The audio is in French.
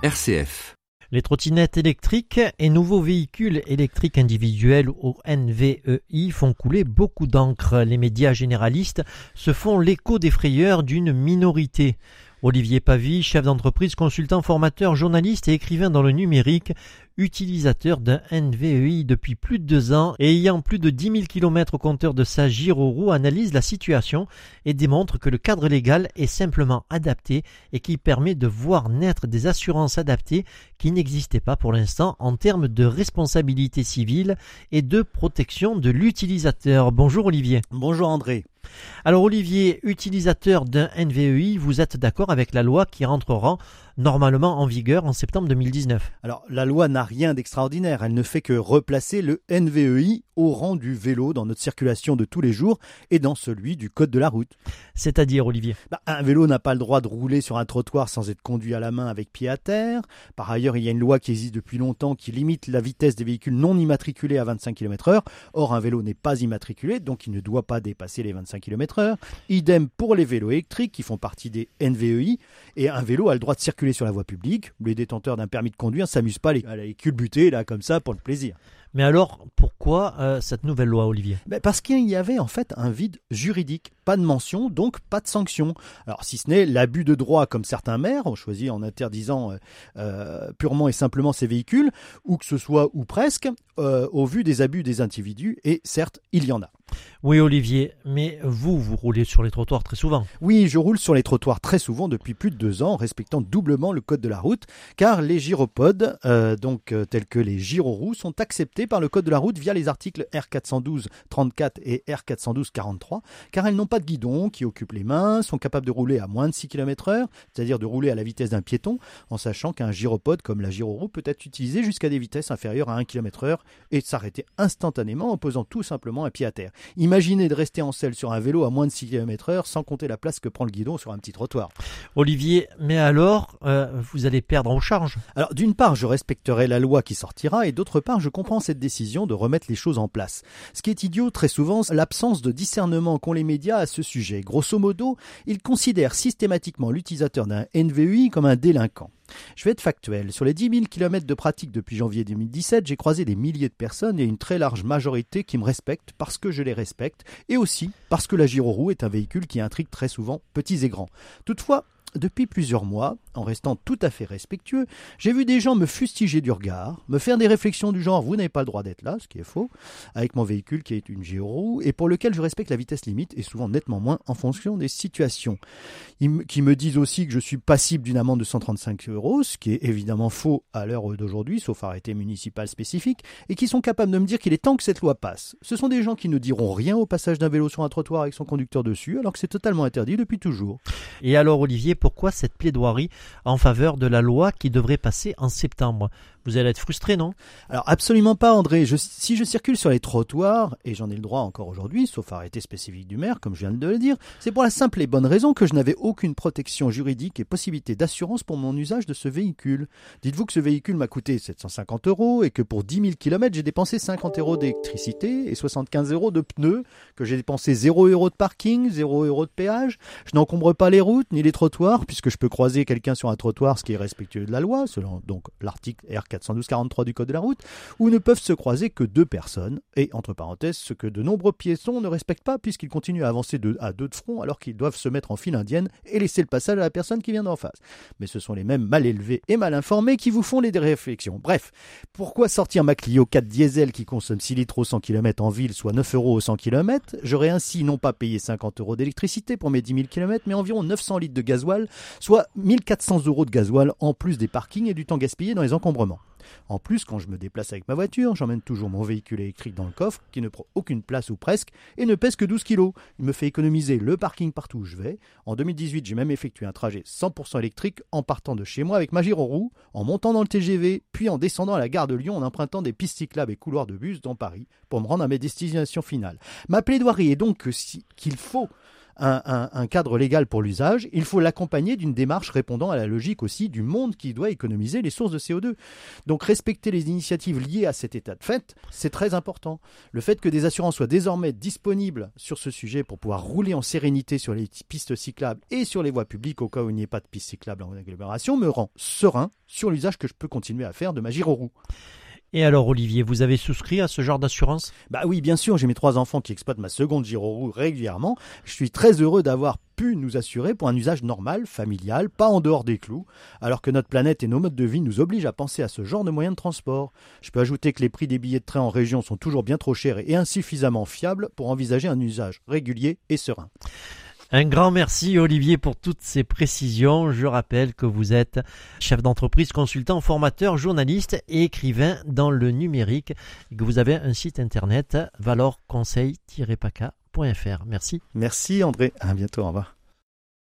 RCF. Les trottinettes électriques et nouveaux véhicules électriques individuels ou NVEI font couler beaucoup d'encre. Les médias généralistes se font l'écho des frayeurs d'une minorité. Olivier Pavie, chef d'entreprise, consultant, formateur, journaliste et écrivain dans le numérique, utilisateur d'un NVEI depuis plus de 2 ans et ayant plus de 10 000 km au compteur de sa gyroroue, analyse la situation et démontre que le cadre légal est simplement adapté et qui permet de voir naître des assurances adaptées qui n'existaient pas pour l'instant en termes de responsabilité civile et de protection de l'utilisateur. Bonjour Olivier. Bonjour André. Alors Olivier, utilisateur d'un NVEI, vous êtes d'accord avec la loi qui rentrera normalement en vigueur en septembre 2019 ? Alors la loi n'a rien d'extraordinaire, elle ne fait que replacer le NVEI au rang du vélo dans notre circulation de tous les jours et dans celui du code de la route. C'est-à-dire Olivier ? Un vélo n'a pas le droit de rouler sur un trottoir sans être conduit à la main avec pied à terre. Par ailleurs, il y a une loi qui existe depuis longtemps qui limite la vitesse des véhicules non immatriculés à 25 km/h. Or un vélo n'est pas immatriculé, donc il ne doit pas dépasser les 25 km/h. Idem pour les vélos électriques qui font partie des NVEI. Et un vélo a le droit de circuler sur la voie publique. Les détenteurs d'un permis de conduire ne s'amusent pas à les culbuter là comme ça pour le plaisir. Mais alors, pourquoi cette nouvelle loi, Olivier ? Parce qu'il y avait en fait un vide juridique. Pas de mention, donc pas de sanction. Alors si ce n'est l'abus de droit comme certains maires ont choisi en interdisant purement et simplement ces véhicules, ou que ce soit ou presque, au vu des abus des individus, et certes, il y en a. Oui Olivier, mais vous roulez sur les trottoirs très souvent. Oui, je roule sur les trottoirs très souvent depuis plus de 2 ans, respectant doublement le code de la route, car les gyropodes, tels que les gyroroues, sont acceptés par le code de la route via les articles R412-34 et R412-43, car elles n'ont pas de guidon qui occupe les mains, sont capables de rouler à moins de 6 km/h, c'est-à-dire de rouler à la vitesse d'un piéton, en sachant qu'un gyropode comme la gyroroue peut être utilisé jusqu'à des vitesses inférieures à 1 km/h et s'arrêter instantanément en posant tout simplement un pied à terre. Imaginez de rester en selle sur un vélo à moins de 6 km/h sans compter la place que prend le guidon sur un petit trottoir. Olivier, mais alors, vous allez perdre en charge ? Alors d'une part, je respecterai la loi qui sortira et d'autre part, je comprends cette décision de remettre les choses en place. Ce qui est idiot très souvent, c'est l'absence de discernement qu'ont les médias à ce sujet. Grosso modo, ils considèrent systématiquement l'utilisateur d'un NVEI comme un délinquant. Je vais être factuel. Sur les 10 000 km de pratique depuis janvier 2017, j'ai croisé des milliers de personnes et une très large majorité qui me respectent parce que je les respecte et aussi parce que la gyroroue est un véhicule qui intrigue très souvent petits et grands. Toutefois, depuis plusieurs mois, en restant tout à fait respectueux, j'ai vu des gens me fustiger du regard, me faire des réflexions du genre « vous n'avez pas le droit d'être là », ce qui est faux, avec mon véhicule qui est une gyroroue et pour lequel je respecte la vitesse limite et souvent nettement moins en fonction des situations. Qui me disent aussi que je suis passible d'une amende de 135 €, ce qui est évidemment faux à l'heure d'aujourd'hui, sauf arrêté municipal spécifique, et qui sont capables de me dire qu'il est temps que cette loi passe. Ce sont des gens qui ne diront rien au passage d'un vélo sur un trottoir avec son conducteur dessus, alors que c'est totalement interdit depuis toujours. Et alors Olivier, pourquoi cette plaidoirie en faveur de la loi qui devrait passer en septembre ? Vous allez être frustré, non ? Alors absolument pas André, si je circule sur les trottoirs, et j'en ai le droit encore aujourd'hui, sauf arrêté spécifique du maire, comme je viens de le dire, c'est pour la simple et bonne raison que je n'avais aucune protection juridique et possibilité d'assurance pour mon usage de ce véhicule. Dites-vous que ce véhicule m'a coûté 750 € et que pour 10 000 km, j'ai dépensé 50 € d'électricité et 75 € de pneus, que j'ai dépensé 0 € de parking, 0 € de péage. Je n'encombre pas les routes ni les trottoirs, puisque je peux croiser quelqu'un sur un trottoir, ce qui est respectueux de la loi, selon donc l'article R412-43 du code de la route, où ne peuvent se croiser que 2 personnes, et entre parenthèses, ce que de nombreux piétons ne respectent pas puisqu'ils continuent à avancer à 2 de front alors qu'ils doivent se mettre en file indienne et laisser le passage à la personne qui vient d'en face. Mais ce sont les mêmes mal élevés et mal informés qui vous font les réflexions. Bref, pourquoi sortir ma Clio 4 diesel qui consomme 6 litres au 100 km en ville, soit 9 € au 100 km ? J'aurais ainsi non pas payé 50 € d'électricité pour mes 10 000 km, mais environ 900 litres de gasoil, soit 1 400 € de gasoil en plus des parkings et du temps gaspillé dans les encombrements. En plus, quand je me déplace avec ma voiture, j'emmène toujours mon véhicule électrique dans le coffre, qui ne prend aucune place ou presque, et ne pèse que 12 kg. Il me fait économiser le parking partout où je vais. En 2018, j'ai même effectué un trajet 100% électrique en partant de chez moi avec ma gyroroue, en montant dans le TGV, puis en descendant à la gare de Lyon en empruntant des pistes cyclables et couloirs de bus dans Paris, pour me rendre à mes destinations finales. Ma plaidoirie est donc qu'il faut un cadre légal pour l'usage, il faut l'accompagner d'une démarche répondant à la logique aussi du monde qui doit économiser les sources de CO2. Donc respecter les initiatives liées à cet état de fait, c'est très important. Le fait que des assurances soient désormais disponibles sur ce sujet pour pouvoir rouler en sérénité sur les pistes cyclables et sur les voies publiques au cas où il n'y ait pas de pistes cyclables en agglomération me rend serein sur l'usage que je peux continuer à faire de ma gyroroue. Et alors Olivier, vous avez souscrit à ce genre d'assurance ? Bah oui, bien sûr, j'ai mes 3 enfants qui exploitent ma seconde gyroroue régulièrement. Je suis très heureux d'avoir pu nous assurer pour un usage normal, familial, pas en dehors des clous, alors que notre planète et nos modes de vie nous obligent à penser à ce genre de moyens de transport. Je peux ajouter que les prix des billets de train en région sont toujours bien trop chers et insuffisamment fiables pour envisager un usage régulier et serein. Un grand merci Olivier pour toutes ces précisions. Je rappelle que vous êtes chef d'entreprise, consultant, formateur, journaliste et écrivain dans le numérique et que vous avez un site internet valorconseil-paca.fr. Merci. Merci André, à bientôt, au revoir.